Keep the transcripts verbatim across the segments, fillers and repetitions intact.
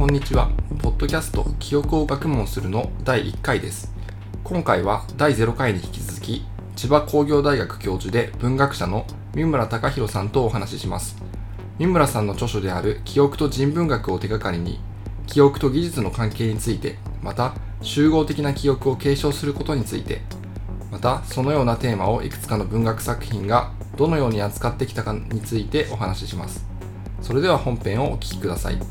んにちは。ポッドキャスト記憶を学問するのだいいっかいです。今回はだいゼロかいに引き続き、千葉工業大学教授で文学者の三村貴弘さんとお話しします。三村さんの著書である記憶と人文学を手がかりに、記憶と技術の関係について、また集合的な記憶を継承することについて、またそのようなテーマをいくつかの文学作品がどのように扱ってきたかについてお話しします。それでは本編をお聞きください。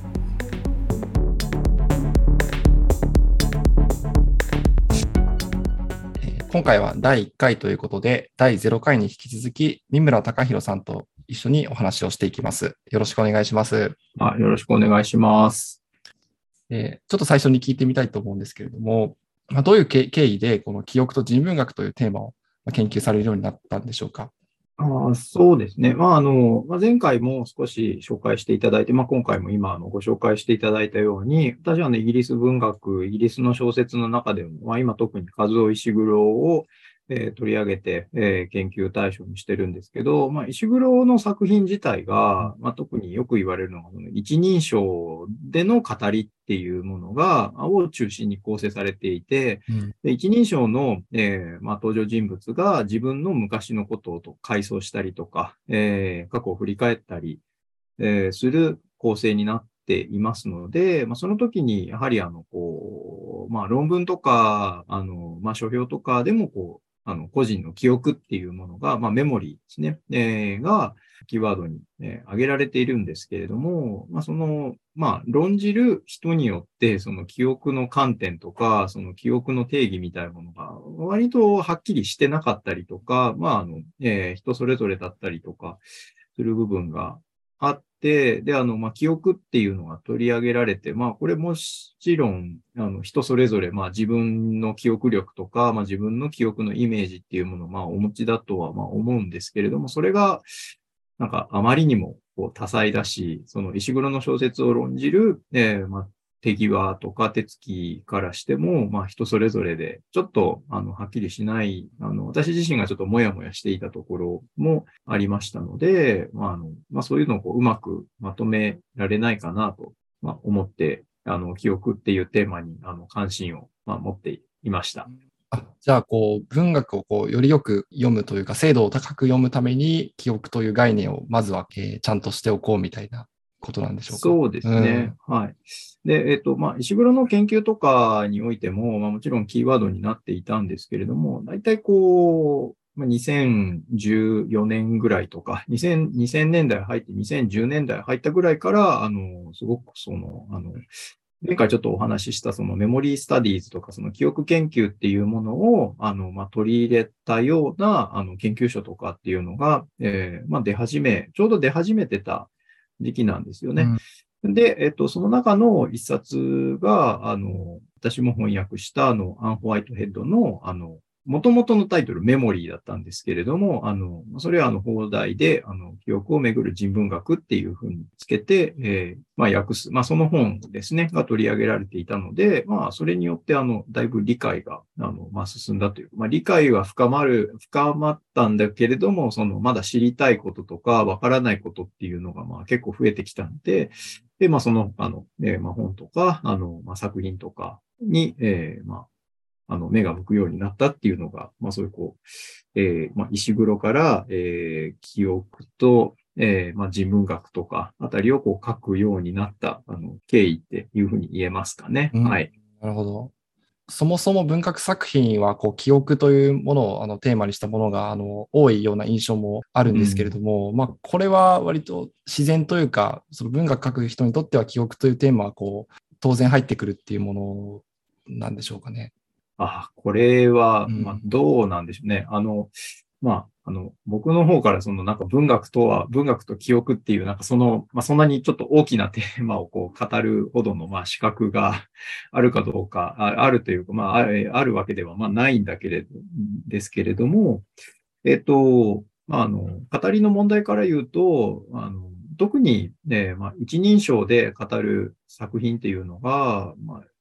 今回はだいいっかいということで、だいゼロかいに引き続き、三村貴弘さんと一緒にお話をしていきます。よろしくお願いします。 あ、よろしくお願いします。 えー、ちょっと最初に聞いてみたいと思うんですけれども、まあ、どういう経緯でこの記憶と人文学というテーマを研究されるようになったんでしょうか。 あそうですね。まあ、あの、まあ、前回も少し紹介していただいて、まあ、今回も今あのご紹介していただいたように、私はね、イギリス文学、イギリスの小説の中でも、まあ、今特に和尾石黒を、えー、取り上げて、えー、研究対象にしてるんですけど、まあ、石黒の作品自体が、まあ、特によく言われるのが、一人称での語りっていうものが、を中心に構成されていて、うん、で一人称の、えーまあ、登場人物が自分の昔のことを回想したりとか、えー、過去を振り返ったり、えー、する構成になっていますので、まあ、その時に、やはりあの、こう、まあ、論文とか、あの、まあ、書評とかでも、こう、あの、個人の記憶っていうものが、まあ、メモリーですね、えー、が、キーワードに、えー、挙げられているんですけれども、まあ、その、まあ、論じる人によって、その記憶の観点とか、その記憶の定義みたいなものが、割とはっきりしてなかったりとか、まあ、あの、えー、人それぞれだったりとか、する部分があって、で、あの、まあ、記憶っていうのが取り上げられて、まあ、これもちろん、あの、人それぞれ、まあ、自分の記憶力とか、まあ、自分の記憶のイメージっていうものを、まあ、お持ちだとは、まあ、思うんですけれども、それが、なんか、あまりにも、こう、多彩だし、その、石黒の小説を論じる、えー、まあ、手際とか手つきからしても、まあ人それぞれで、ちょっと、あの、はっきりしない、あの、私自身がちょっともやもやしていたところもありましたので、まあ、あの、まあそういうのをこううまくまとめられないかなと、まあ、思って、あの、記憶っていうテーマに、あの、関心を、まあ、持っていました。 あ、じゃあ、こう、文学をこうよりよく読むというか、精度を高く読むために、記憶という概念をまずは、えー、ちゃんとしておこうみたいなことなんでしょうか。 そうですね。うん、はい。で、えっと、まあ、石黒の研究とかにおいても、まあ、もちろんキーワードになっていたんですけれども、大体こう、にせんじゅうよねんぐらいとか、にせん、にせんねんだい入ってにせんじゅうねんだい入ったぐらいから、あの、すごくその、あの、前回ちょっとお話ししたそのメモリースタディーズとかその記憶研究っていうものを、あの、まあ、取り入れたような、あの、研究所とかっていうのが、えー、まあ、出始め、ちょうど出始めてた時期なんですよね。うん、で、えっと、その中の一冊が、あの、私も翻訳した、あの、アン・ホワイトヘッドの、あの、元々のタイトル、メモリーだったんですけれども、あの、それはあの、放題で、あの、記憶をめぐる人文学っていうふうにつけて、えー、まあ、訳す。まあ、その本ですね、が取り上げられていたので、まあ、それによって、あの、だいぶ理解が、あの、まあ、進んだというか、まあ、理解は深まる、深まったんだけれども、その、まだ知りたいこととか、わからないことっていうのが、まあ、結構増えてきたんで、で、まあ、その、あの、えー、まあ、本とか、あの、まあ、作品とかに、えー、まあ、あの、目が向くようになったっていうのが、まあそういうこう、えー、まあ石黒から、えー、記憶と、えー、まあ人文学とかあたりをこう書くようになった、あの、経緯っていうふうに言えますかね。うん、はい。 なるほど。そもそも文学作品はこう記憶というものをあのテーマにしたものがあの多いような印象もあるんですけれども、うん、まあこれは割と自然というか、その文学書く人にとっては記憶というテーマはこう当然入ってくるっていうものなんでしょうかね。 あ、これは、まあ、どうなんでしょうね。うん、あの、まあ、あの、僕の方からそのなんか文学とは、文学と記憶っていうなんかその、まあそんなにちょっと大きなテーマをこう語るほどのまあ資格があるかどうか、あ, あるというか、まあ、あるわけではまあないんだけれど、ですけれども、えっと、まあ、あの、語りの問題から言うと、あの、特にね、まあ、一人称で語る作品っていうのが、まあ、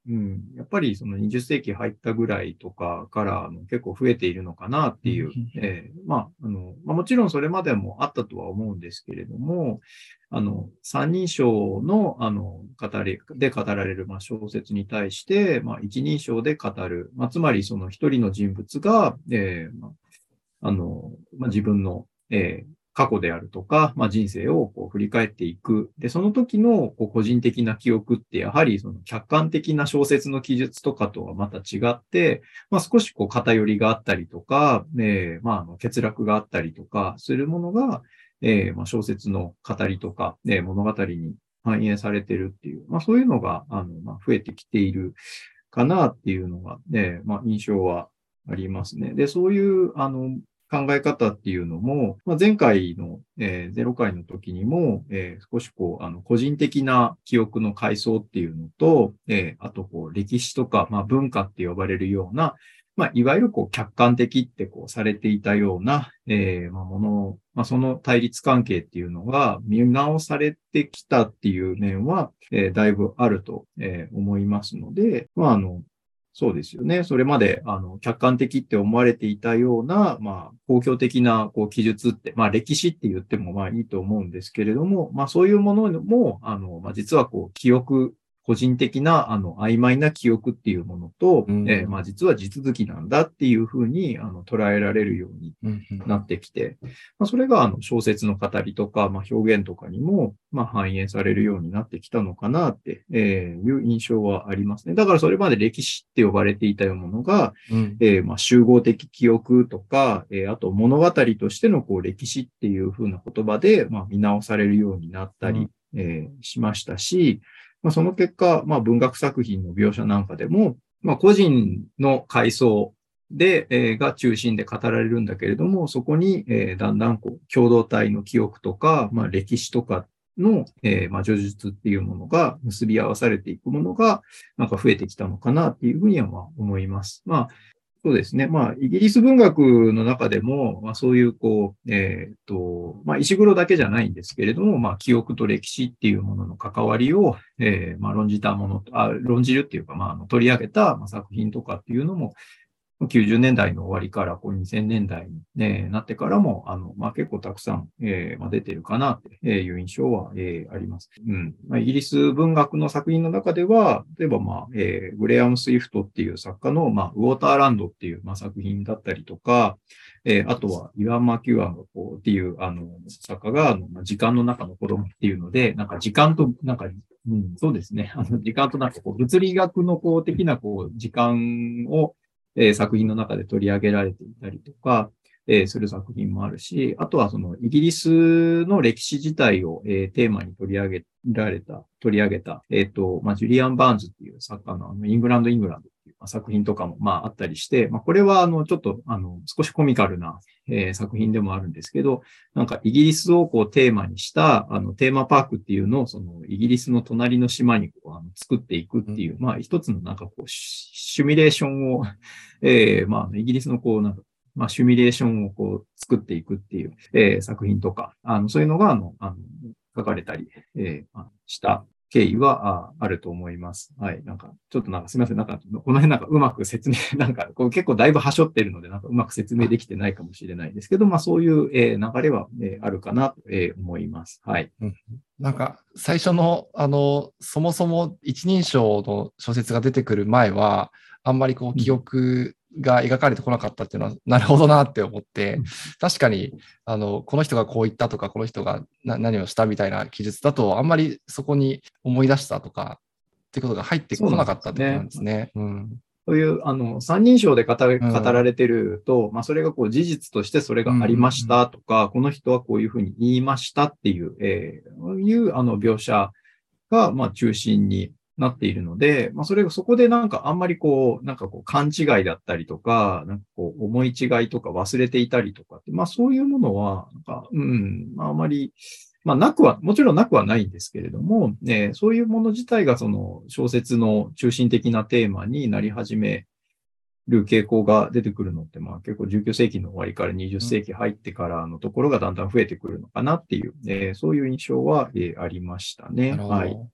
うん、やっぱりそのにじゅっ世紀入ったぐらいとかからあの結構増えているのかなっていう、えー、まあ、あの、まあ、もちろんそれまでもあったとは思うんですけれども、あの、三人称の、あの、語り、で語られる、まあ、小説に対して、まあ、一人称で語る、まあ、つまりその一人の人物が、えー、まあ、あの、まあ、自分の、えー過去であるとか、まあ、人生をこう振り返っていく。で、その時のこう個人的な記憶って、やはりその客観的な小説の記述とかとはまた違って、まあ、少しこう偏りがあったりとか、えー、まあ、あの欠落があったりとかするものが、えー、まあ小説の語りとか、ね、物語に反映されてるっていう、まあ、そういうのが、あの、まあ、増えてきているかなっていうのが、ね、まあ、印象はありますね。で、そういう、あの、考え方っていうのも、まあ、前回の、えー、ゼロ回の時にも、えー、少しこう、あの、個人的な記憶の階層っていうのと、えー、あとこう、歴史とか、まあ、文化って呼ばれるような、まあ、いわゆるこう、客観的ってこう、されていたような、えー、まあ、もの、まあ、その対立関係っていうのが見直されてきたっていう面は、えー、だいぶあると、えー、思いますので、まあ、あの、そうですよね。それまで、あの、客観的って思われていたような、まあ、公共的な、こう、記述って、まあ、歴史って言っても、まあ、いいと思うんですけれども、まあ、そういうものも、あの、まあ、実は、こう、記憶、個人的な、あの、曖昧な記憶っていうものと、えー、まあ、実は地続きなんだっていうふうに、あの、捉えられるようになってきて、まあ、それが、あの、小説の語りとか、まあ、表現とかにも、まあ、反映されるようになってきたのかなって、えー、いう印象はありますね。だからそれまで歴史って呼ばれていたようなものが、うんえーまあ、集合的記憶とか、えー、あと物語としてのこう歴史っていう風な言葉で、まあ、見直されるようになったり、うんえー、しましたし、まあ、その結果、まあ、文学作品の描写なんかでも、まあ、個人の階層で、えー、が中心で語られるんだけれども、そこに、えー、だんだんこう共同体の記憶とか、まあ、歴史とかの、えー、まあ、叙述っていうものが結び合わされていくものが、なんか増えてきたのかなっていうふうにはまあ思います。まあ、そうですね。まあ、イギリス文学の中でも、まあ、そういう、こう、えっと、まあ、石黒だけじゃないんですけれども、まあ、記憶と歴史っていうものの関わりを、えー、まあ、論じたもの、あ、論じるっていうか、まあ、あの取り上げた作品とかっていうのも、きゅうじゅうねんだいの終わりからこうにせんねんだいに、ね、なってからも、あの、まあ、結構たくさん、えーまあ、出てるかなっていう印象は、えー、あります。うん。まあ、イギリス文学の作品の中では、例えば、まあ、えー、グレアム・スウィフトっていう作家の、まあ、ウォーターランドっていう、まあ、作品だったりとか、えー、あとは、イワン・マキュアンっていう、あの、作家が、あのまあ、時間の中の子供っていうので、なんか時間と、なんか、うん、そうですね。あの、時間となんかこう、物理学のこう、的なこう、時間を、えー、作品の中で取り上げられていたりとか、えー、する作品もあるし、あとはそのイギリスの歴史自体を、えー、テーマに取り上げられた、取り上げた、えっと、まあ、ジュリアン・バーンズっていう作家のあのイングランド・イングランドっていう作品とかも、まあ、あったりして、まあ、これはあの、ちょっと、あの、少しコミカルな、えー、作品でもあるんですけど、なんかイギリスをこうテーマにした、あの、テーマパークっていうのを、その、イギリスの隣の島にこうあの作っていくっていう、まあ、一つのなんかこう、シミュレーションをえー、まあ、イギリスのこう、なんか、まあ、シミュレーションをこう、作っていくっていう、えー、作品とか、あの、そういうのが、あの、あの書かれたり、えー、した経緯はああると思います。はい。なんか、ちょっとなんかすみません。なんか、この辺なんかうまく説明、なんか、こう結構だいぶはしょってるので、なんかうまく説明できてないかもしれないですけど、まあ、そういう、えー、流れは、えー、あるかなと、えー、思います。はい。 うん、なんか、最初の、あの、そもそも一人称の小説が出てくる前は、あんまりこう、記憶が描かれてこなかったっていうのは、なるほどなって思って、確かに、あの、この人がこう言ったとか、この人が何をしたみたいな記述だと、あんまりそこに思い出したとか、っていうことが入ってこなかったってことなんですね。うん。 そういう、あの、三人称で語ら語られてると、うん、まあ、それがこう、事実としてそれがありましたとか、うんうんうん、この人はこういうふうに言いましたっていう、えー、いう、あの、描写が、まあ、中心になっているので、まあ、それが、そこでなんかあんまりこう、なんかこう、勘違いだったりとか、なんかこう、思い違いとか忘れていたりとかって、まあ、そういうものは、なんか、うん、まあ、あまり、まあ、なくは、もちろんなくはないんですけれども、えー、そういうもの自体がその小説の中心的なテーマになり始める傾向が出てくるのって、まあ結構じゅうきゅう世紀の終わりからにじゅっ世紀入ってからのところがだんだん増えてくるのかなっていう、えー、そういう印象は、えー、ありましたね。はい。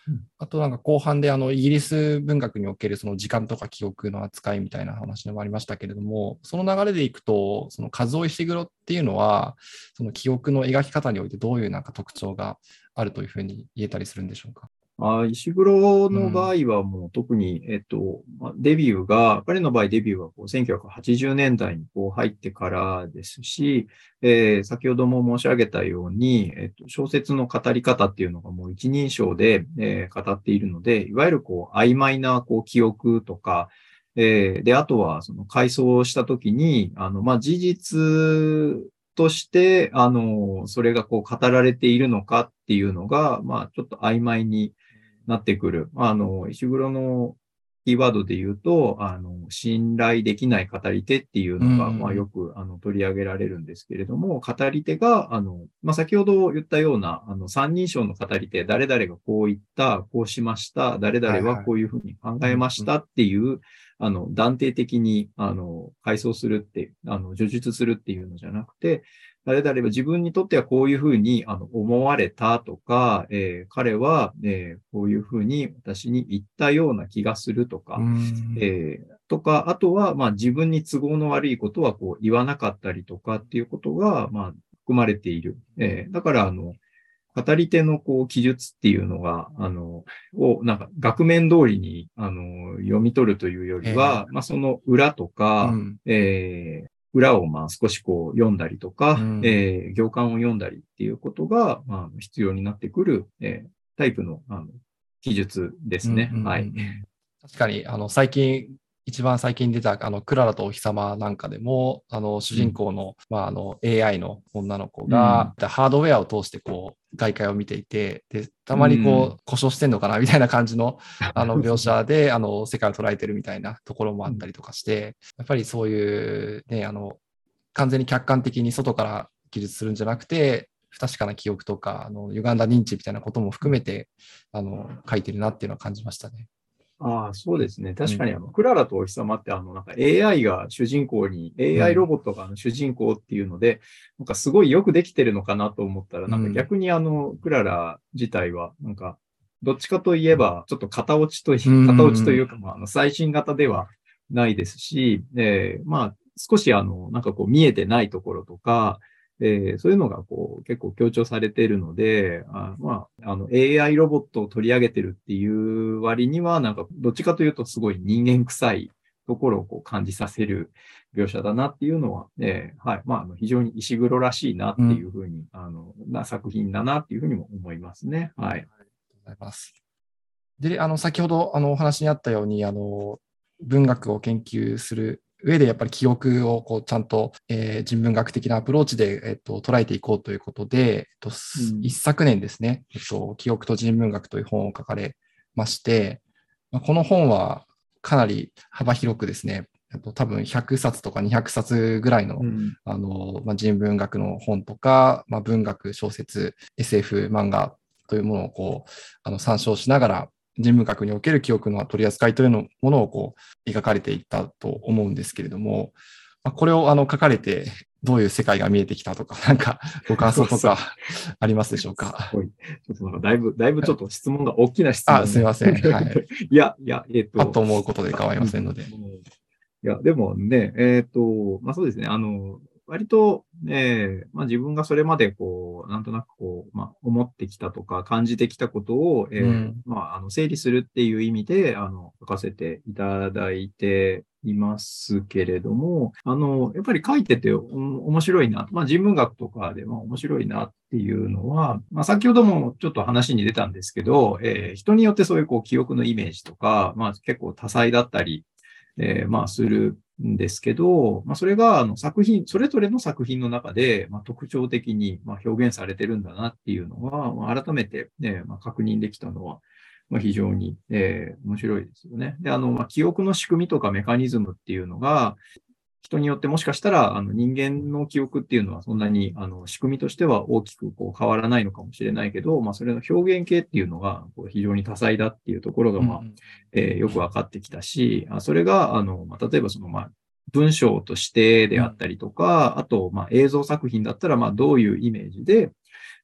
あとなんか後半であのイギリス文学におけるその時間とか記憶の扱いみたいな話もありましたけれども、その流れでいくと、その数尾石黒っていうのは、その記憶の描き方においてどういうなんか特徴があるというふうに言えたりするんでしょうか。 あ、石黒の場合はもう特に、うん、えっと、デビューが、彼の場合デビューはこうせんきゅうひゃくはちじゅうねんだいにこう入ってからですし、えー、先ほども申し上げたように、えっと、小説の語り方っていうのがもう一人称で、えー、語っているので、いわゆるこう曖昧なこう記憶とか、えー、で、あとはその回想したときに、あの、まあ、事実として、あの、それがこう語られているのかっていうのが、まあ、ちょっと曖昧になってくる。あの、石黒のキーワードで言うと、あの、信頼できない語り手っていうのが、まあ、よく、あの、取り上げられるんですけれども、語り手が、あの、まあ、先ほど言ったような、あの、三人称の語り手、誰々がこう言った、こうしました、誰々はこういうふうに考えましたっていう、あの、断定的に、あの、回想するって、あの、叙述するっていうのじゃなくて、誰々は自分にとってはこういうふうにあの思われたとか、えー、彼は、えー、こういうふうに私に言ったような気がするとか、えー、とか、あとは、まあ、自分に都合の悪いことはこう言わなかったりとかっていうことが、まあ、含まれている。えー、だから、あの、語り手のこう記述っていうのが、あの、をなんか額面通りにあの読み取るというよりは、まあその裏とか、うん、えー裏をまあ少しこう読んだりとか、うん、えー、行間を読んだりっていうことが、まあ、必要になってくる、えー、タイプの、あの記述ですね。うんうんうん、はい。 確かに、あの、最近、一番最近出た、あの、クララとお日様なんかでも、あの、主人公の、うん、まあ、あの、エーアイ の女の子が、うん、ハードウェアを通して、こう、外界を見ていて、で、たまにこう、うん、故障してんのかなみたいな感じの、あの、描写で、あの、世界を捉えてるみたいなところもあったりとかして、やっぱりそういう、ね、あの、完全に客観的に外から記述するんじゃなくて、不確かな記憶とか、あの、歪んだ認知みたいなことも含めて、あの、書いてるなっていうのは感じましたね。 ああ、そうですね。確かに、あの、クララとお日様って、あの、なんか エーアイ が主人公に、エーアイ ロボットがあの主人公っていうので、うん、なんかすごいよくできてるのかなと思ったら、なんか逆にあの、クララ自体は、なんか、どっちかといえば、ちょっと型落ちという、型落ちというか、まあ、あの、最新型ではないですし、えー、まあ、少しあの、なんかこう見えてないところとか、えー、そういうのがこう結構強調されているので、あまあ、あの エーアイ ロボットを取り上げてるっていう割には、なんかどっちかというとすごい人間臭いところをこう感じさせる描写だなっていうのは、えー、はい。まあ、非常に石黒らしいなっていうふうに、うん、あの、な作品だなっていうふうにも思いますね。はい。ありがとうございます。で、あの、先ほどあのお話にあったように、あの、文学を研究する上でやっぱり記憶をこうちゃんと、えー、人文学的なアプローチで、えっと、捉えていこうということで、えっとうん、一昨年ですね、えっと、記憶と人文学という本を書かれまして、まあ、この本はかなり幅広くですね、えっと、多分ひゃくさつとかにひゃくさつぐらいの、うん、あのまあ、人文学の本とか、まあ、文学、小説、エスエフ 漫画というものをこうあの参照しながら、人文学における記憶の取り扱いというのものをこう描かれていったと思うんですけれども、まあ、これをあの書かれてどういう世界が見えてきたとか、なんかご感想とかありますでしょうか。 ちょっとなんかだいぶ、だいぶちょっと質問が大きな質問。 あ、すみません。はい。 いや、いや、えっと。 パッと思うことで構いませんので。 いや、でもね、えっと、まあそうですね、あの、割と、えーまあ、自分がそれまでこう、なんとなくこう、まあ、思ってきたとか感じてきたことを、えーうんまあ、あの整理するっていう意味で、あの、書かせていただいていますけれども、あの、やっぱり書いててお面白いな、まあ、人文学とかでも面白いなっていうのは、まあ、先ほどもちょっと話に出たんですけど、えー、人によってそういうこう記憶のイメージとか、まあ、結構多彩だったり、えー、まあ、するんですけど、まあ、それが、あの、作品、それぞれの作品の中で、まあ、特徴的に、まあ、表現されてるんだなっていうのは、まあ、改めて、ね、まあ、確認できたのは、まあ、非常に、えー、面白いですよね。で、あの、まあ、記憶の仕組みとかメカニズムっていうのが、人によってもしかしたら、あの、人間の記憶っていうのはそんなに、あの、仕組みとしては大きくこう変わらないのかもしれないけど、まあ、それの表現系っていうのがこう非常に多彩だっていうところが、まあ、えー、よくわかってきたし、それが、あの、まあ、例えばその、まあ、文章としてであったりとか、あと、まあ、映像作品だったら、まあ、どういうイメージで、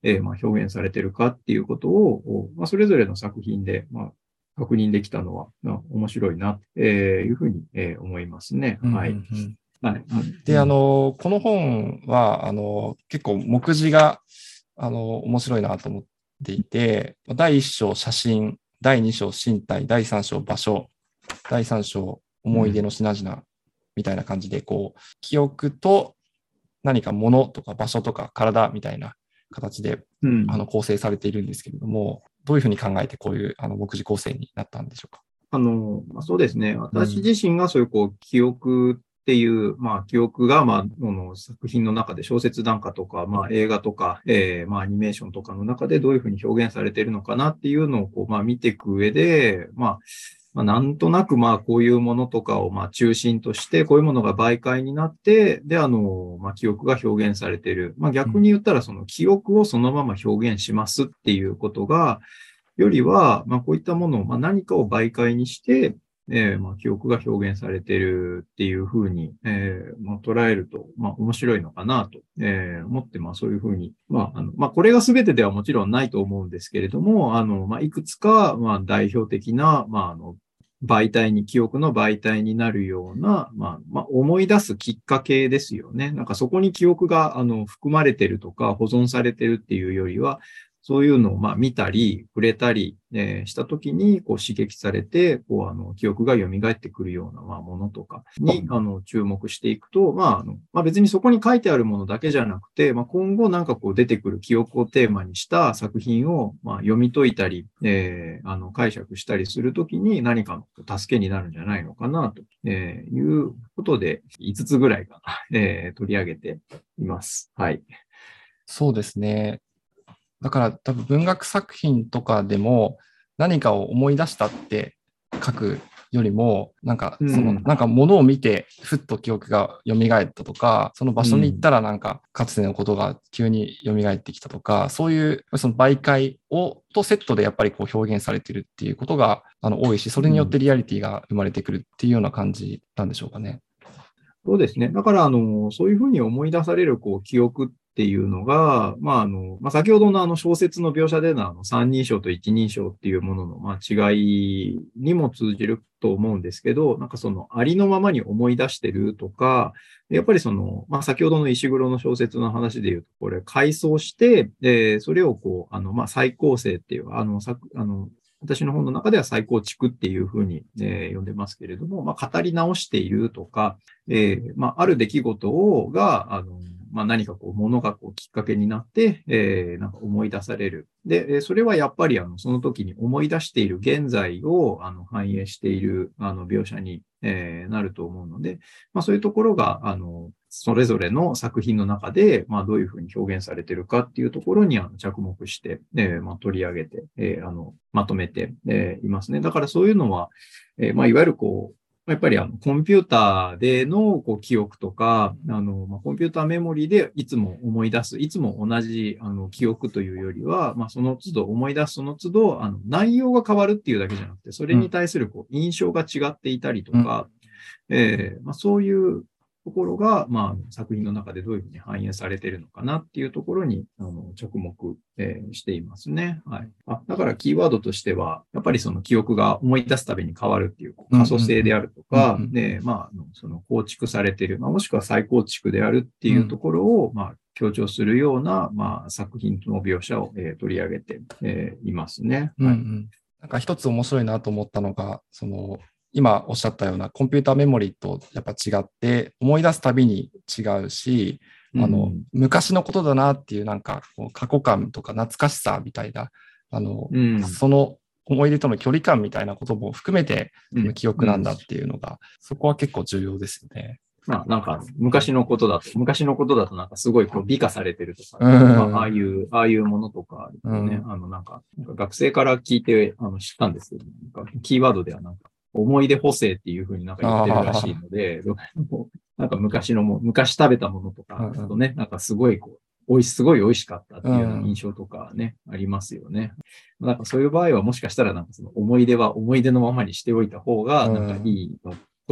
えーまあ、表現されているかっていうことを、まあ、それぞれの作品で、まあ、確認できたのは、まあ、面白いな、というふうに、えー思いますね。 うんうんはい。 うんはい。 で、あうんの、この本は、あの、結構目次が、あの、面白いなと思っていて、だいいっ章写真、だいに章身体、だいさん章場所、だいさん章思い出の品々みたいな感じで、こう、記憶と何か物とか場所とか体みたいな形でうんあの構成されているんですけれども、どういうふうに考えてこういうあの目次構成になったんでしょうか。 あの、まあ、そうですね。私うん自身がそういうこう、記憶っていう、まあ、記憶が、まあ、この作品の中で小説なんかとか、まあ、映画とか、えー、まあ、アニメーションとかの中でどういうふうに表現されているのかなっていうのを、こう、まあ、見ていく上で、まあ、まあ、なんとなく、まあ、こういうものとかを、まあ、中心として、こういうものが媒介になって、で、あの、まあ、記憶が表現されている。まあ、逆に言ったら、その記憶をそのまま表現しますっていうことが、よりは、まあ、こういったものを、まあ、何かを媒介にして、えーまあ、記憶が表現されているっていうふうに、えーまあ、捉えると、まあ、面白いのかなと、えー思って、まあ、そういうふうに、まあ、あの、まあ、これが全てではもちろんないと思うんですけれども、あの、まあ、いくつか、まあ、代表的な、まあ、あの、媒体に、記憶の媒体になるような、まあ、まあ、思い出すきっかけですよね。なんかそこに記憶が、あの、含まれてるとか、保存されてるっていうよりは、そういうのをまあ見たり、触れたり、えーしたときにこう刺激されて、こうあの記憶が蘇ってくるようなまあものとかにあの注目していくと、まああのまあ、別にそこに書いてあるものだけじゃなくて、まあ、今後なんかこう出てくる記憶をテーマにした作品をまあ読み解いたり、えーあの解釈したりするときに何かの助けになるんじゃないのかなということで、いつつぐらいかな、えー取り上げています。はい。 そうですね。だから多分文学作品とかでも何かを思い出したって書くよりも、なんかその、 うん。 なんか物を見てふっと記憶が蘇ったとか、その場所に行ったらなんかかつてのことが急に蘇ってきたとか、そういうその媒介をとセットでやっぱりこう表現されてるっていうことがあの多いし、それによってリアリティが生まれてくるっていうような感じなんでしょうかね。 そうですね。だから、あの、そういうふうに思い出される、こう、記憶っていうのが、まあ、あの、まあ、先ほどのあの小説の描写でのあの三人称と一人称っていうものの、まあ、違いにも通じると思うんですけど、なんかそのありのままに思い出してるとか、やっぱりその、まあ、先ほどの石黒の小説の話で言うと、これ、回想して、で、それをこう、あの、まあ、再構成っていう、あの、作、あの、私の本の中では再構築っていうふうに、えー呼んでますけれども、まあ、語り直しているとか、えーまあ、ある出来事をが、あの、まあ、何かこう、ものがこう、きっかけになって、えーなんか思い出される。で、えーそれはやっぱり、あの、その時に思い出している現在を、あの、反映している、あの、描写に、えーなると思うので、まあ、そういうところが、あの、それぞれの作品の中で、まあ、どういうふうに表現されているかっていうところにあの着目して、えーまあ、取り上げて、えーあの、まとめて、えーいますね。だからそういうのは、えーまあ、いわゆるこう、やっぱりあのコンピューターでのこう記憶とか、あのまあ、コンピューターメモリでいつも思い出す、いつも同じあの記憶というよりは、まあ、その都度思い出す、その都度あの内容が変わるっていうだけじゃなくて、それに対するこう印象が違っていたりとうん、 か、えーまあ、そういうところが、まあ、作品の中でどういうふうに反映されているのかなっていうところにあの着目、えーしていますね。はい。あ、だからキーワードとしては、やっぱりその記憶が思い出すたびに変わるっていう可塑性であるとか、 うんうんで、まあ、あのその構築されている、まあ、もしくは再構築であるっていうところを、まあ、強調するような、まあ、作品の描写を、えー取り上げて、えーいますね。はい。 うんうん、なんか一つ面白いなと思ったのが、その今おっしゃったようなコンピューターメモリとやっぱ違って思い出すたびに違うし、あの、 うん昔のことだなっていうなんかこう過去感とか懐かしさみたいな、あの、 うん。 その思い出との距離感みたいなことも含めてうん。 記憶なんだっていうのが、そこは結構重要ですよね。 まあ、なんか、昔のことだと、昔のことだとなんかすごいこう美化されてるとか、 うまあ、ああん。 いう、ああいうものとかね、 うん。 あの、なんか、なんか学生から聞いて、あの、知ったんですけど、なんかキーワードではなんか、思い出補正っていうふうになんか言ってるらしいあので、なんか昔のも、昔食べたものとあ。うかだとん。 ね、なんかすごいこう、美味し、すごい美味しかったっていうような印うん。 象とかね、ありますよね。なんかそういう場合はもしかしたらなんかその思い出は思い出のままにしておいた方うが、なんかいん。 いの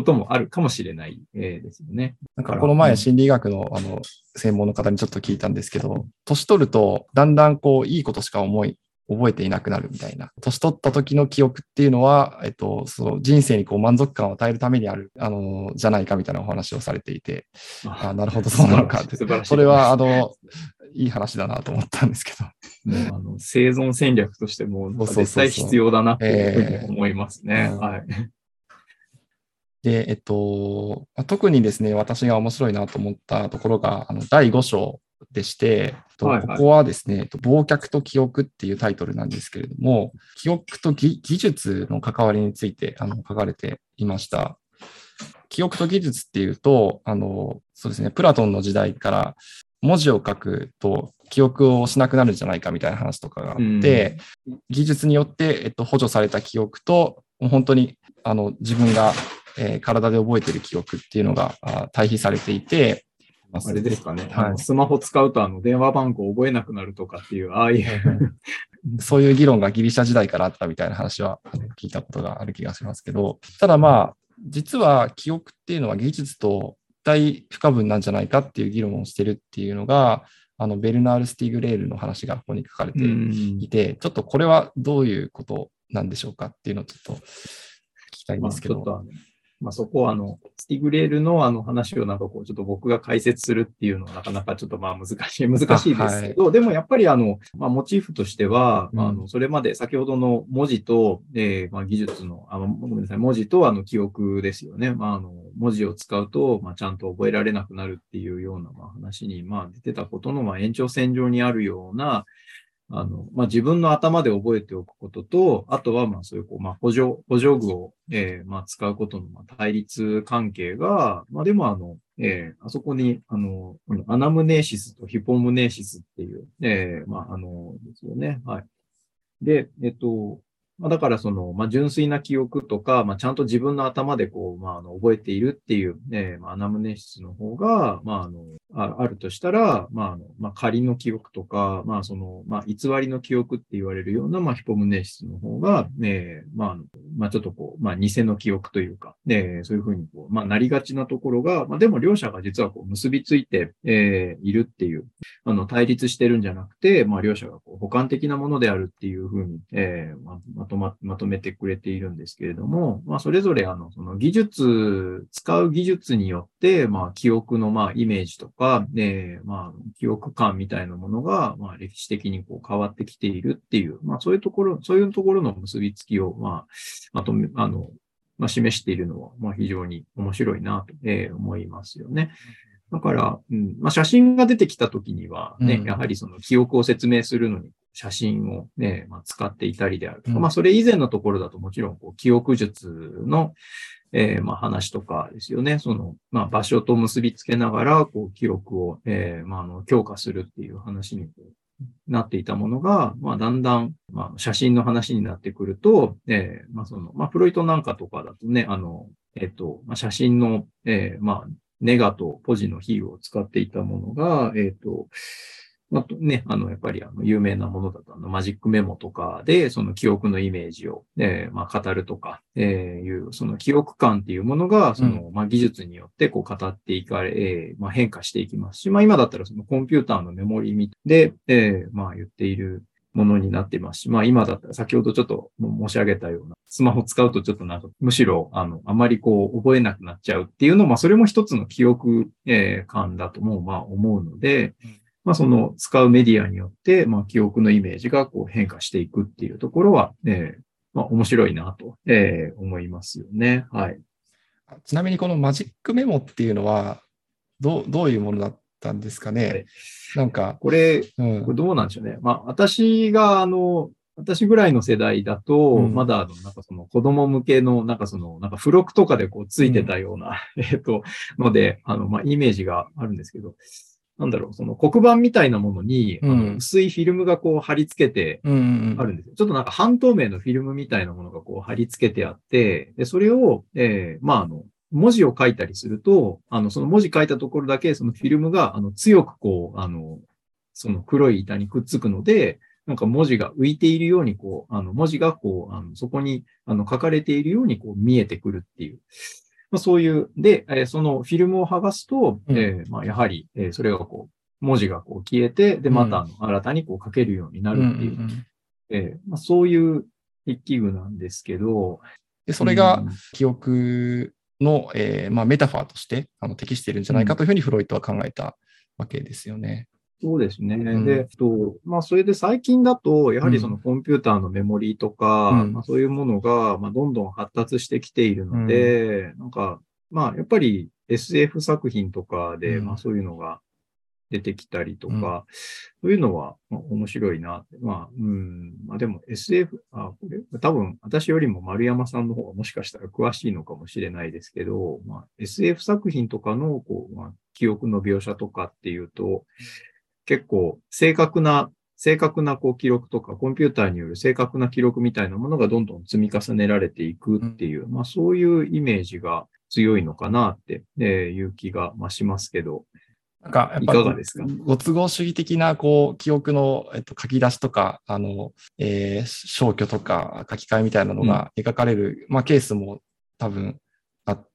こともあるかもしれない、えー、ですよね。 なんかこの前心理学のあの専門の方にちょっと聞いたんですけど、年取るとだんだんこういいことしか思い覚えていなくなるみたいな。年取った時の記憶っていうのは、えっと、その人生にこう満足感を与えるためにある、あの、じゃないかみたいなお話をされていて、ああ、なるほど、そうなのかって。それは、あの、いい話だなと思ったんですけど。 もうあの生存戦略としても絶対必要だなというふうに思いますね。はい。 で、えっと、特にですね、私が面白いなと思ったところが、あのだいご章でして、はいはい、ここはですね、忘却と記憶っていうタイトルなんですけれども、記憶と技術の関わりについてあの書かれていました。記憶と技術っていうと、あの、そうですね、プラトンの時代から文字を書くと記憶をしなくなるんじゃないかみたいな話とかがあって、技術によって、えっと、補助された記憶と、本当にあの自分が、えー、体で覚えている記憶っていうのが対比されていて、 あれですかね、はい、あのスマホ使うとあの電話番号を覚えなくなるとかっていう、ああいう、 そういう議論がギリシャ時代からあったみたいな話は聞いたことがある気がしますけど、ただまあ、実は記憶っていうのは技術と大不可分なんじゃないかっていう議論をしてるっていうのが、あのベルナール・スティグレールの話がここに書かれていて、ちょっとこれはどういうことなんでしょうかっていうのをちょっと聞きたいんですけど。 まあ、ちょっとあのまあ、そこはあの、スティグレールのあの話をなんかこう、ちょっと僕が解説するっていうのはなかなかちょっとまあ難しい、難しいですけど、はい、でもやっぱりあの、まあモチーフとしては、うん、あの、それまで先ほどの文字と、えー、まあ技術の、あの、ごめんなさい、文字とあの記憶ですよね。まああの、文字を使うと、まあちゃんと覚えられなくなるっていうようなまあ話に、まあ出てたことのまあ延長線上にあるような、あの、まあ、自分の頭で覚えておくことと、あとは、ま、そういう、こう、まあ、補助、補助具を、えー、まあ、使うことの、まあ、対立関係が、まあ、でも、あの、えー、あそこに、あの、アナムネーシスとヒポムネーシスっていう、えー、まあ、あの、ですよね。はい。で、えっと、まあ、だからその、まあ、純粋な記憶とか、まあ、ちゃんと自分の頭でこう、まあ、あの、覚えているっていう、ね、まあ、アナムネシスの方が、まあ、あの、ああるとしたら、まあ、あの、まあ、仮の記憶とか、まあ、その、まあ、偽りの記憶って言われるような、まあ、ヒポムネシスの方が、ね、まあ、まあ、ちょっとこう、まあ、偽の記憶というか、ね、そういうふうにこう、まあ、なりがちなところが、まあ、でも両者が実はこう、結びついて、えー、いるっていう、あの、対立してるんじゃなくて、まあ、両者がこう、補完的なものであるっていうふうに、えー、ま、まとま、まとめてくれているんですけれども、まあ、それぞれ、あの、その技術、使う技術によって、まあ、記憶の、まあ、イメージとか、えー、まあ、記憶感みたいなものが、まあ、歴史的にこう、変わってきているっていう、まあ、そういうところ、そういうところの結びつきを、まあ、まとめ、あの、まあ、示しているのは、まあ、非常に面白いなと、えー、思いますよね。だから、うんまあ、写真が出てきたときにはね、うん、やはりその記憶を説明するのに写真をね、まあ、使っていたりであるとか、うん、まあそれ以前のところだともちろんこう記憶術の、えー、まあ話とかですよね。その、まあ場所と結びつけながら、こう記憶を、えー、まああの強化するっていう話になっていたものが、まあだんだん、まあ写真の話になってくると、えー、まあその、まあフロイトなんかとかだとね、あの、えっと、まあ、写真の、えー、まあネガとポジの比喩を使っていたものが、えっと、あとね、あの、やっぱりあの、有名なものだと、あの、マジックメモとかで、その記憶のイメージを、えー、まあ、語るとか、えー、いう、その記憶感っていうものが、その、まあ、技術によって、こう、語っていかれ、えー、まあ、変化していきますし、まあ、今だったら、その、コンピューターのメモリで、えー、まあ、言っているものになっていますし、まあ、今だったら、先ほどちょっと申し上げたような、スマホ使うとちょっとなんか、むしろ、あの、あまりこう、覚えなくなっちゃうっていうのも、まあ、それも一つの記憶、えー、感だとも、まあ、思うので、まあ、その使うメディアによって、まあ、記憶のイメージがこう変化していくっていうところは、えー、まあ、面白いなと、えー、思いますよね。はい。 ちなみにこのマジックメモっていうのは、どう、どういうものだったんですかね。はい、 なんか、これ、うん、これどうなんでしょうね。まあ、私が、あの、私ぐらいの世代だと、うん、まだ、あの、なんかその子供向けの、なんかその、なんか付録とかでこうついてたような、うん、えっと、ので、あの、まあ、イメージがあるんですけど、なんだろう、その黒板みたいなものに、うん、あの薄いフィルムがこう貼り付けてあるんですよ、うんうんうん。ちょっとなんか半透明のフィルムみたいなものがこう貼り付けてあって、で、それを、えー、まあ、あの、文字を書いたりすると、あの、その文字書いたところだけ、そのフィルムが、あの、強くこう、あの、その黒い板にくっつくので、なんか文字が浮いているように、こう、あの、文字がこう、あの、そこに、あの、書かれているように、こう、見えてくるっていう。 まあ、そういう、で、えーそのフィルムを剥がすと、 うんえーまあ、やはり、えーそれがこう、文字がこう消えて、で、またあの新たにこう書けるようになうんうんうるっていう、 ん。 えーまあ、そういう筆記具なんですけど、 で、そうれがん、 記憶の、えーまあ、メタファーとしてあの適しているんじゃないかうん、 というふうにフロイトは考えたわけですよね。 そうですね。で、えうん。 っと、まあ、それで最近だと、やはりそのうん。 コンピューターのメモリーとか、まあ、 うん。 そういうものが、まあ、どんどん発達してきているのうん。 で、なんか、まあ、やっぱり エスエフ 作品とかで、まあ、 うん。 そういうのが出てきたりとうん。 か、そういうのは、まあ、面白いなって。まあ、うん、まあでも エスエフ、あ、これ、多分私よりも丸山さんの方がもしかしたら詳しいのかもしれないですけど、まあ、エスエフ 作品とかの、こう、まあ、記憶の描写とかっていうと、結構正確な、正確なこう記録とか、コンピューターによる正確な記録みたいなものがどんどん積み重ねられていくっていう、まあそういうイメージが強いのかなって、えーいう気がまあしますけど、 なんか、やっいぱご、 かがですか？ ご都合主義的な、こう、記憶の、えっと、書き出しとか、あの、えー消去とか書き換えみたいなのうん。 が描かれる、まあ、ケースも多分あって、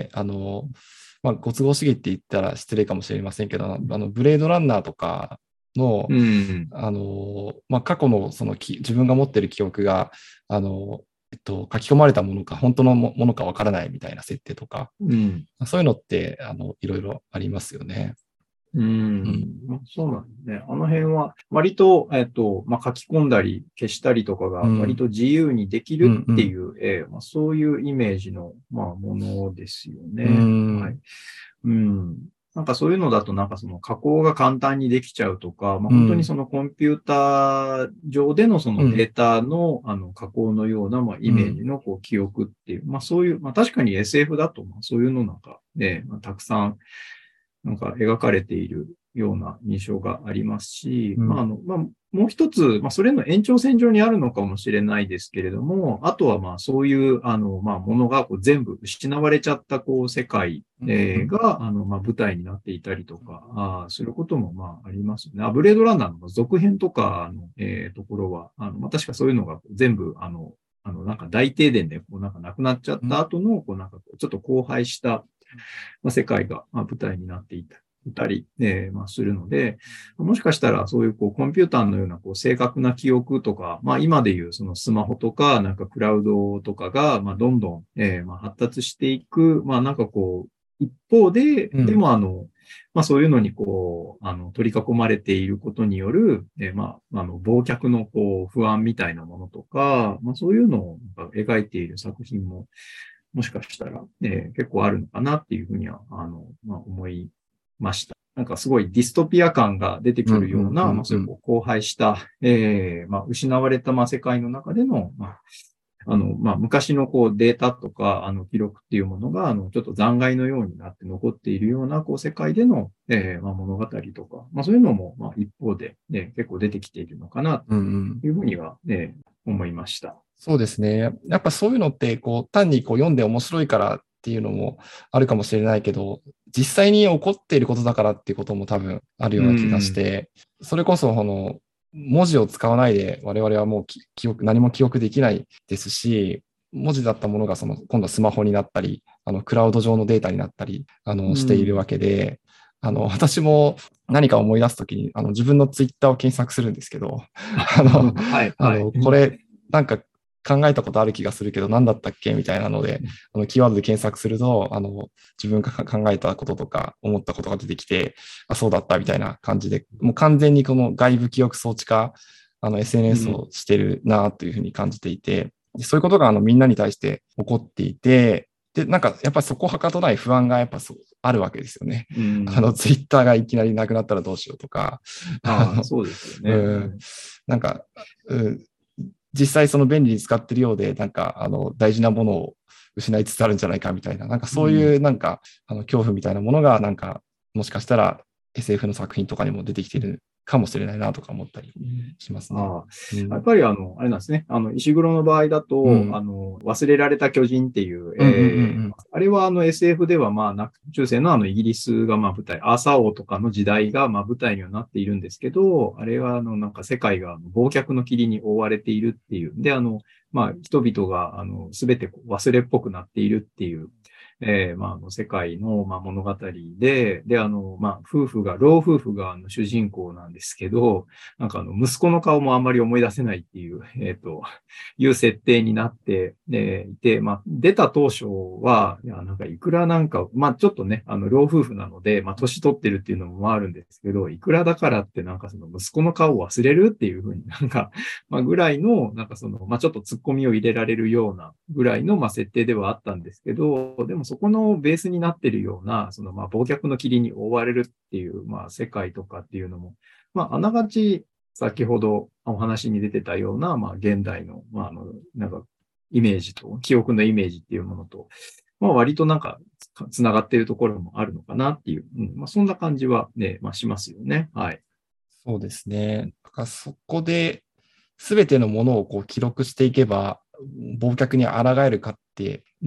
あの、まあ、ご都合主義って言ったら失礼かもしれませんけど、あの、ブレードランナーとかの、 うん。 あの、まあ、過去のそのき自分が持っている記憶が、あの、えっと、書き込まれたものか、本当のものかわからないみたいな設定とか、 うん。 そういうのって、あの、いろいろありますよね。 ううん。 ん。まあそうなんですね。あの辺は、割と、えっと、まあ、書き込んだり消したりとかが割うん。 と自由にできるうんうん。 っていう、えーまあ、そういうイメージの、まあ、ものですようね。はい。 ん。 うん。なんかそういうのだとなんかその加工が簡単にできちゃうとか、まあ本当にうん。 そのコンピューター上でのそうん。 のデータのあの加工のようなまあイうん。 メージのこう記憶っていう、まあそういう、まあ確かに エスエフ だとまあそういうのなんかね、まあ、たくさんなんか描かれているような印象がありますし、 うん。 まああの、まあもう一つ、まあそれの延長線上にあるのかもしれないですけれども、あとはまあそういうあの、まあものがこう全部失われちゃったこう世界うん。うえーん。 が、あの、まあ、舞台になっていたりとか、あーすることも、まあ、ありますよね。あ、ブレードランナーの続編とかの、えーところは、あの、まあ、確かそういうのが全部、あの、あの、なんか大停電で、こう、なんかなくなっちゃった後の、こう、なんかこう、ちょっと荒廃した、まあ、世界が、まあ、舞台になっていた。いたり、えーまあ、するので、もしかしたらそういうこうコンピューターのようなこう正確な記憶とか、まあ今でいうそのスマホとかなんかクラウドとかがまあどんどん、えーまあ発達していく、まあなんかこう一方で、 うん。 でもあの、まあそういうのにこう、あの取り囲まれていることによる、えーまああの忘却のこう不安みたいなものとか、まあそういうのを描いている作品ももしかしたら、えー結構あるのかなっていうふうには、あの、まあ思いました。なんかすごいディストピア感が出てうん。 くるような、まあそういううん。 こう荒廃した、えー、まあ失われたまあ世界の中での、まあ、あの、まあ昔のこうデータとか、あの記録っていうものが、あの、ちょっと残骸のようになって残っているような、こう世界での、えー、まあ物語とか、まあそういうのも、まあ一方で、ね、結構出てきているのかな、 うん。うん。 というふうには、ね、思いました。 そうですね。やっぱそういうのって、こう、単にこう読んで面白いからっていうのもあるかもしれないけど、実際に起こっていることだからっていうことも多分あるよううな気がしん。 て、それこそ、この、文字を使わないで我々はもうき記憶、何も記憶できないですし、文字だったものがその今度はスマホになったり、あのクラウド上のデータになったりあのうしているん。 わけで、あの私も何か思い出すときにあの自分のツイッターを検索するんですけど、あの、 はい、はい。 あのこれなんか考えたことある気がするけど、何だったっけみたいなので、あのキーワードで検索すると、あの自分が考えたこととか思ったことが出てきて、あ、そうだったみたいな感じで、もう完全にこの外部記憶装置化、あの エスエヌエス をしてるなというふうに感じていて、そういうことがあのみんなに対して起こっていて、で、なんかやっぱりそこはかとない不安がやっぱそうあるわけですよね。 うん。 あのツイッターがいきなりなくなったらどうしようとか、あああ、 の、 そうですよね。 うん、なんか、うん、実際その便利に使ってるようで、なんか、あの、大事なものを失いつつあるんじゃないかみたいな、なんかそういう、 うん。 なんか、あの、恐怖みたいなものが、なんか、もしかしたら エスエフ の作品とかにも出てきているかもしれないなとか思ったりしますね。 ああ、やっうん。 ぱりあの、あれなんですね。あの、石黒の場合だと、あうん。 の、忘れられた巨人っていう、 うんうんうんうえー、 ん。 あれはあの エスエフ ではまあ、な中世のあのイギリスがまあ舞台、アーサー王とかの時代がまあ舞台にはなっているんですけど、あれはあの、なんか世界が忘却の霧に覆われているっていう。で、あの、まあ、人々があの、すべて忘れっぽくなっているっていう。 えー、まあ、あの、世界の、まあ、物語で、で、あの、まあ、夫婦が、老夫婦が、あの、主人公なんですけど、なんか、あの、息子の顔もあんまり思い出せないっていう、えっと、いう設定になって、えーいて、まあ、出た当初は、いや、なんか、いくらなんか、まあ、ちょっとね、あの、老夫婦なので、まあ、年取ってるっていうのもあるんですけど、いくらだからって、なんか、その、息子の顔を忘れるっていうふうになんか、まあ、ぐらいの、なんかその、まあ、ちょっと突っ込みを入れられるようなぐらいの、まあ、設定ではあったんですけど、でもそこのベースになっているような、その、まあ、忘却の霧に覆われるっていう、まあ、世界とかっていうのも、まあ、あながち、先ほどお話に出てたような、まあ、現代の、まあ、あの、なんか、イメージと、記憶のイメージっていうものと、まあ、割となんか、つながっているところもあるのかなっていう、うん、まあ、そんな感じはね、まあ、しますよね。はい。 そうですね。だからそこで、すべてのものをこう記録していけば、忘却に抗えるかってうん。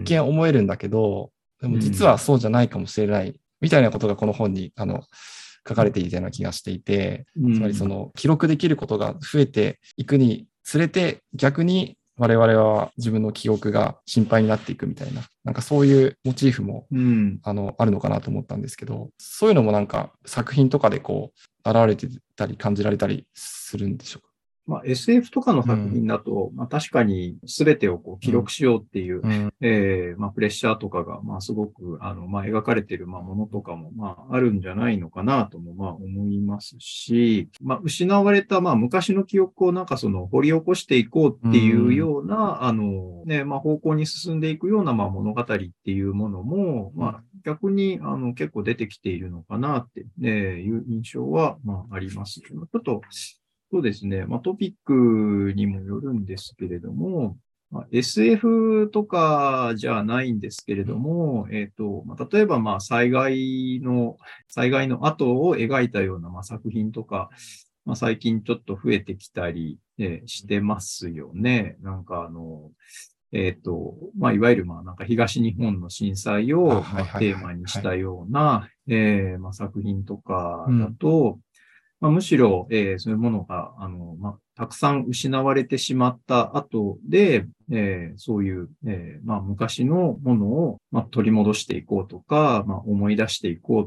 一見思えるんだけど、でも実うん。 はそうじゃないかもしれないみたいなことがこの本にあの書かれていたような気がしていて、つまりそうん。 の記録できることが増えていくにつれて逆に我々は自分の記憶が心配になっていくみたいな、なんかそういうモチーフもうん。 あのあるのかなと思ったんですけど、そういうのもなんか作品とかでこう現れてたり感じられたりするんでしょうか。 まあ、エスエフ とかの作うん、 品だと、まあ、確かに全てをこう記うん、 録しようっていう、 うん、 えーまあ、プレッシャーとかが、まあ、すごく、あの、まあ、描かれている、まあ、ものとかも、まあ、あるんじゃないのかなとも、まあ、思いますし、まあ、失われた、まあ、昔の記憶をなんかその、掘り起こしていこううっていうん、 ような、あの、ね、まあ、方向に進んでいくような、まあ、物語っていうものも、まあ、逆に、あの、結構出てきているのかなって、ね、いう印象は、まあ、あります。ちょっと、そうですね。まあ、トピックにもよるんですけれども、まあ、エスエフ とかじゃないんですけれども、えっと、まあ、例えば、まあ、災害の、災害の後を描いたような、まあ、作品とか、まあ、最近ちょっと増えてきたり、えーしてますよね。なんかあの、えっと、まあ、いわゆる、まあ、なんか東日本の震災あ、 を、まあ、 はいはいテーはいはい。 マにしたような、えーまあ、作品とかだうん、 と、まあ、むしろ、えーそういうものが、あの、まあ、たくさん失われてしまった後で、えーそういう、えーまあ、昔のものを、まあ、取り戻していこうとか、まあ、思い出していこうって、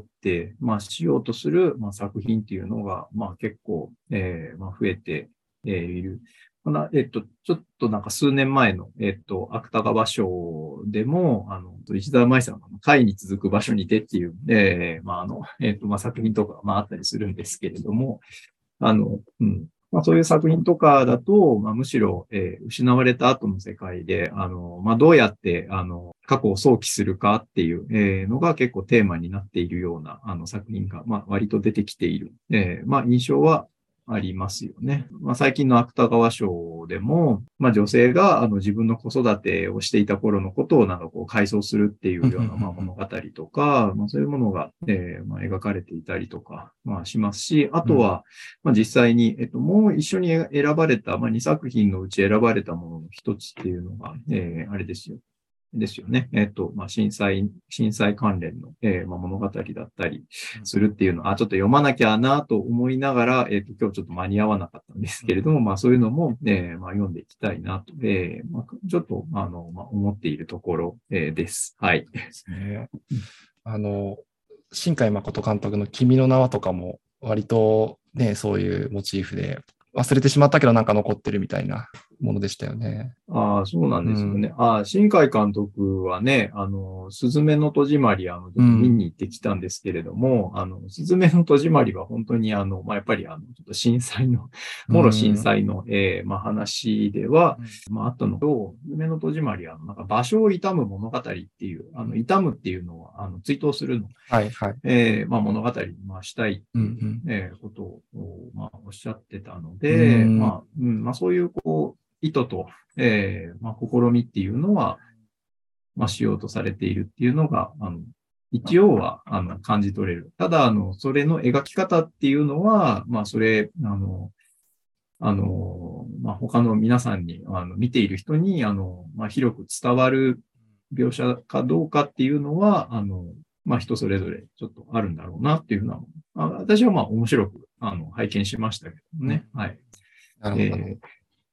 まあ、しようとする、まあ、作品っていうのが、まあ、結構、えーまあ、増えて、えーいる。このえっと、ちょっとなんか数年前の、えっと、芥川賞でも、あの、石田舞さんの会に続く場所にてっていう、えー、まあ、あの、えっと、まあ、作品とか、まあ、あったりするんですけれども、あの、うん。まあ、そういう作品とかだと、まあ、むしろ、えー失われた後の世界で、あの、まあ、どうやって、あの、過去を想起するかっていう、えーのが結構テーマになっているような、あの、作品が、まあ、割と出てきている、えーまあ、印象はありますよね。まあ、最近の芥川賞でも、まあ、女性があの自分の子育てをしていた頃のことをなんかこう回想するっていうん、うん、 うようなまあ物語とか、まあ、そういうものが、えーまあ、描かれていたりとか、まあ、しますし、あうん、うん、 とは、まあ、実際に、えっと、もう一緒に選ばれた、まあ、にさく品のうち選ばれたものの一つっていうのが、えーあれですよ。ですよね。えっと、まあ、震災、震災関連の、えーまあ、物語だったりするっていうのは、あ、ちょっと読まなきゃなと思いながら、えっと、今日ちょっと間に合わなかったんですけれども、まあ、そういうのも、えーまあ、読んでいきたいなと、えーまあ、ちょっと、あの、まあ、思っているところ、えーです。はい。 ですね。あの、新海誠監督の君の名はとかも、割とね、そういうモチーフで、忘れてしまったけどなんか残ってるみたいなものでしたよね。 ああ、そうなんうん。 ですよね。ああ、新海監督はね、あの、すずめの戸締まり、あの、ちょっと見うん。 に行ってきたんですけれども、あの、すずめの戸締まりは本当にあの、まあ、やっぱりあの、ちょっと震災の、 うもろ震ん。 災の、えーまあ、話では、 うん。 まあ、あったのと、すずめの戸締まりは、あのなんか場所を悼む物語っていう、あの、悼むっていうのは、あの、追悼するの、 はいはい。 えーまあ、物語に、まあ、したいっていう、 うん、 えーことを、まあ、おっしゃってたのうん。 で、 うん。 まあ、うん、まあ、そういう、こう、意図と、えーまあ、試みっていうのは、まあ、しようとされているっていうのが、あの、一応は、あの、感じ取れる。ただ、あの、それの描き方っていうのは、まあ、それ、あの、あの、まあ、他の皆さんに、あの、見ている人に、あの、まあ、広く伝わる描写かどうかっていうのは、あの、まあ、人それぞれちょっとあるんだろうなっていうふうな、あ私はまあ、面白く、あの、拝見しましたけどうん。 ね。はい。 なるほど、なるほど。 え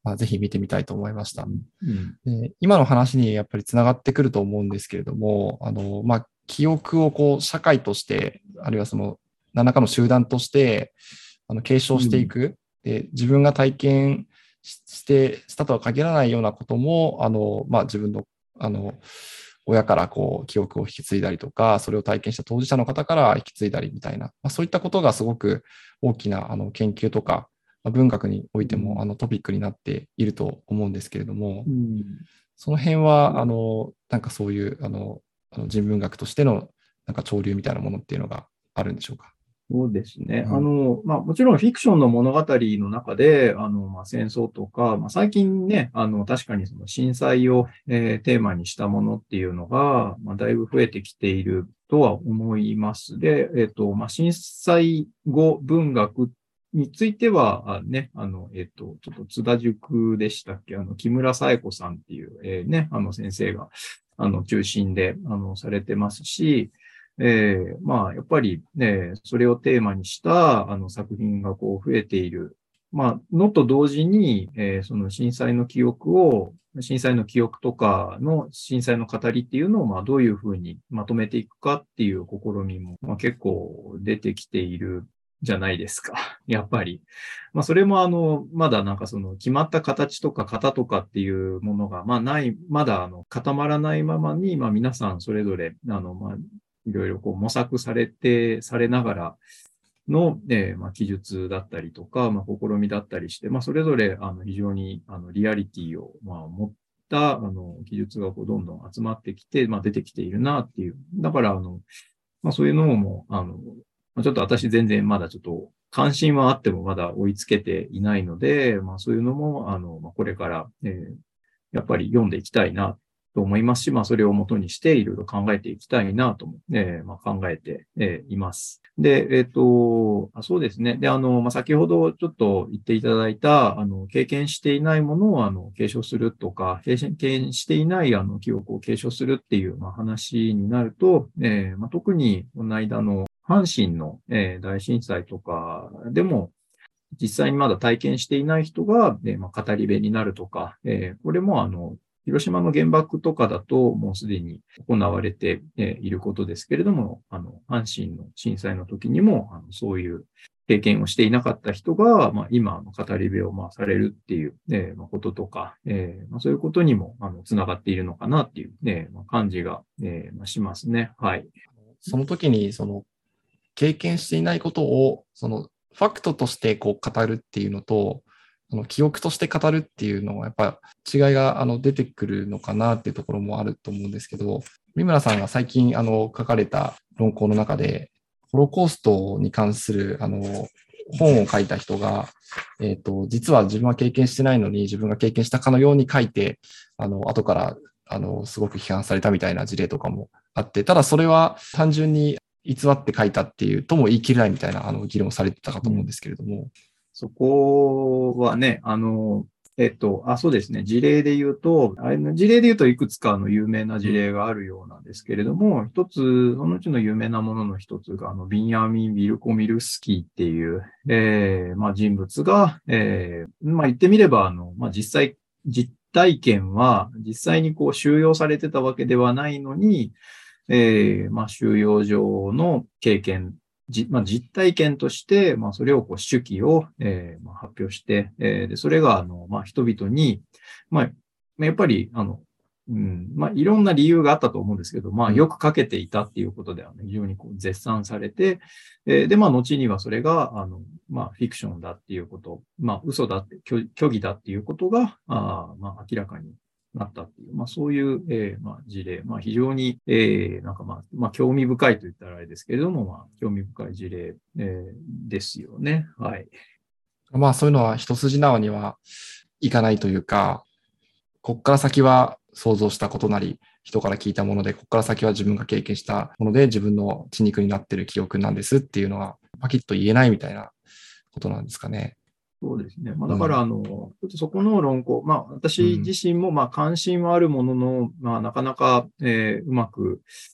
まあ、ぜひ見てみたいと思いました。 うんで今の話にやっぱりつながってくると思うんですけれども、あの、まあ、記憶をこう社会として、あるいはその何らかの集団としてあの継承していく、うん、で、自分が体験してしたとは限らないようなことも、あの、まあ、自分の、あの、親からこう記憶を引き継いだりとか、それを体験した当事者の方から引き継いだりみたいな、まあ、そういったことがすごく大きなあの研究とか、文学においてもあのトピックになっていると思うんですけれども、うん、その辺は、あの、なんかそういう、あの、人文学としてのなんか潮流みたいなものっていうのがあるんでしょうか。 そうですね。 うん、 あの、まあ、もちろんフィクションの物語の中で、あの、まあ、戦争とか、まあ、最近ね、あの、確かにその震災を、えー、テーマにしたものっていうのが、まあ、だいぶ増えてきているとは思います。で、えっと、まあ、震災後文学については、ね、あの、えっと、ちょっと津田塾でしたっけ、あの、木村紗恵子さんっていう、えー、ね、あの先生が、あの、中心で、あの、されてますし、えー、まあ、やっぱりね、それをテーマにしたあの作品がこう増えている。まあ、のと同時に、えー、その震災の記憶を、震災の記憶とかの震災の語りっていうのを、まあ、どういうふうにまとめていくかっていう試みも、まあ、結構出てきているじゃないですか。やっぱり。まあ、それもあの、まだなんかその決まった形とか型とかっていうものが、まあない、まだあの固まらないままに、まあ皆さんそれぞれ、あの、まあ、いろいろこう模索されて、されながらの、えーまあ、記述だったりとか、まあ、試みだったりして、まあ、それぞれあの非常にあのリアリティを、まあ、持ったあの記述がこうどんどん集まってきて、まあ、出てきているなっていう。だから、あの、まあ、そういうのも、あの、ちょっと私全然まだちょっと関心はあってもまだ追いつけていないので、まあ、そういうのも、あの、これから、えー、やっぱり読んでいきたいなと思いますし、まあ、それを元にしていろいろ考えていきたいなとも、えーまあ、考えて、えー、います。で、えっ、ー、とあ、そうですね。で、あの、まあ、先ほどちょっと言っていただいた、あの、経験していないものを、あの、継承するとか、経験していない、あの、記憶を継承するっていう、まあ、話になると、えーまあ、特に、この間の阪神の、えー、大震災とかでも、実際にまだ体験していない人が、えーまあ、語り部になるとか、えー、これも、あの、広島の原爆とかだともうすでに行われていることですけれども、あの、阪神の震災の時にも、あのそういう経験をしていなかった人が、まあ、今、語り部をまあされるっていう、ね、こととか、えーまあ、そういうことにもあのつながっているのかなっていう、ね、まあ、感じが、えーまあ、しますね。はい。 その時に、その、経験していないことを、その、ファクトとしてこう語るっていうのと、その記憶として語るっていうのはやっぱ違いがあの出てくるのかなっていうところもあると思うんですけど、三村さんが最近あの書かれた論考の中で、ホロコーストに関するあの本を書いた人が、えっと、実は自分は経験してないのに自分が経験したかのように書いて、あの、後からあのすごく批判されたみたいな事例とかもあって、ただそれは単純に偽って書いたっていうとも言い切れないみたいなあの議論をされてたかと思うんですけれども、うん、 そこはね、あの、えっと、あ、そうですね。事例で言うと、あれの事例で言うといくつかの有名な事例があるようなんですけれども、うん、一つ、そのうちの有名なものの一つが、あの、ビンヤミン・ビルコミルスキーっていう、えー、まあ人物が、えー、まあ言ってみれば、あの、まあ実際、実体験は実際にこう収容されてたわけではないのに、えー、まあ収容所の経験、じまあ、実体験として、まあ、それをこう手記を、えーまあ、発表して、えー、でそれがあの、まあ、人々に、まあ、やっぱりあの、うんまあ、いろんな理由があったと思うんですけど、まあ、よく書けていたっていうことでは、ね、非常にこう絶賛されて、えー、で、まあ、後にはそれが、あの、まあ、フィクションだっていうこと、まあ、嘘だって、虚偽だっていうことが、あまあ、明らかになったっていう、まあ、そういう、えーまあ、事例、まあ、非常に、えー、なんかまあ、まあ、興味深いと言ったらあれですけれども、まあ、興味深い事例、えー、ですよね。はい。 まあ、そういうのは一筋縄にはいかないというか、こっから先は想像したことなり、人から聞いたもので、こっから先は自分が経験したもので、自分の血肉になっている記憶なんですっていうのは、パキッと言えないみたいなことなんですかね。 そうですね。まあ、だから、あの、うん、ちょっとそこの論考、まあ、私自身も、まあ、関心はあるものの、まあ、なかなか、えー、うまく、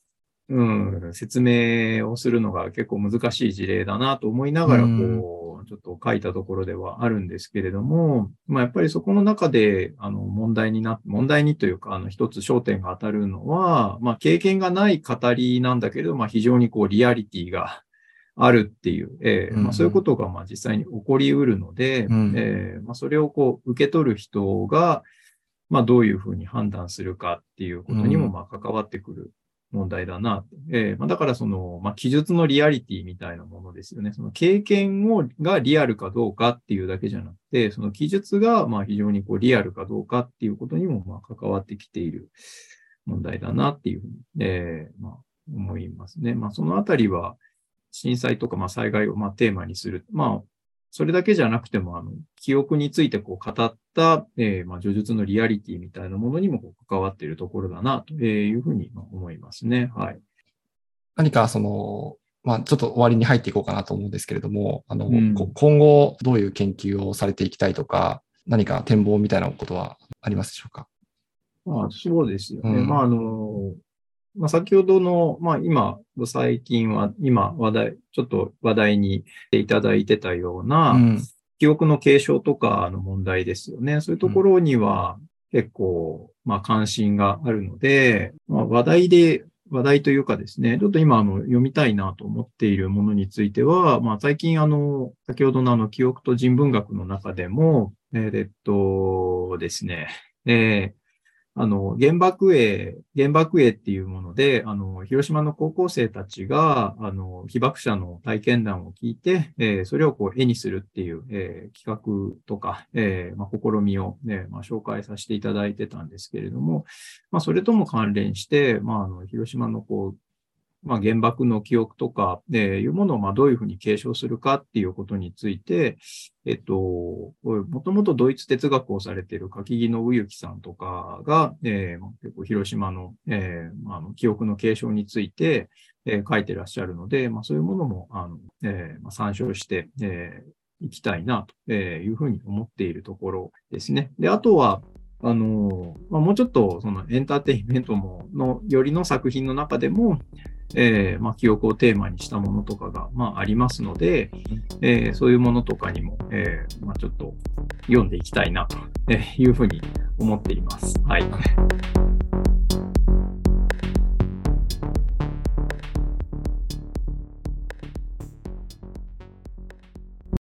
うん、説明をするのが結構難しい事例だなと思いながら、こう、ちょっと書いたところではあるんですけれども、まあ、やっぱりそこの中で、あの、問題にな、問題にというか、あの、一つ焦点が当たるのは、まあ、経験がない語りなんだけれど、まあ、非常にこう、リアリティがあるっていう、えーまあ、そういうことが、まあ、実際に起こりうるので、 うん、 えーまあ、それをこう、受け取る人が、まあ、どういうふうに判断するかっていうことにも、まあ、関わってくる問題だな。えーまあ、だから、その、まあ、記述のリアリティみたいなものですよね。その経験を、がリアルかどうかっていうだけじゃなくて、その記述が、まあ、非常にこう、リアルかどうかっていうことにも、まあ、関わってきている問題だなっていうふうに、えーまあ、思いますね。まあ、そのあたりは、震災とか、まあ、災害を、まあ、テーマにする。まあ、それだけじゃなくても、あの、記憶についてこう語った、えー、まあ、叙述のリアリティみたいなものにもこう関わっているところだな、というふうに思いますね。はい。 何かその、まあ、ちょっと終わりに入っていこうかなと思うんですけれども、あの、 うん、 今後どういう研究をされていきたいとか、何か展望みたいなことはありますでしょうか？ まあ、そうですよね。 うん、 まあ、あの、まあ、先ほどの、まあ、今、最近は、今、話題、ちょっと話題にしていただいてたような、 うん、 記憶の継承とかの問題ですよね。そういうところには結構、まあ、関心があるので、まあ、話題で、話題というかですね、ちょっと今、あの、読みたいなと思っているものについては、まあ、最近、あの、先ほどのあの、記憶と人文学の中でも、えーえっとですね、えーあの、原爆絵、原爆絵っていうもので、あの、広島の高校生たちが、あの、被爆者の体験談を聞いて、えーそれをこう絵にするっていう、えー企画とか、えーまあ、試みをね、まあ、紹介させていただいてたんですけれども、まあ、それとも関連して、まあ、あの、広島のこう、まあ、原爆の記憶とか、えーいうものをまあどういうふうに継承するかっていうことについて、えっと、もともとドイツ哲学をされている柿木信之さんとかが、えー結構広島の、えーまあ、あの記憶の継承について、えー書いてらっしゃるので、まあ、そういうものもあの、えーまあ、参照して、えー、いきたいなというふうに思っているところですね。で、あとは、あの、まあ、もうちょっとそのエンターテインメントものよりの作品の中でも、えーまあ、記憶をテーマにしたものとかが、まあ、ありますので、えーそういうものとかにも、えーまあ、ちょっと読んでいきたいなというふうに思っています。はい。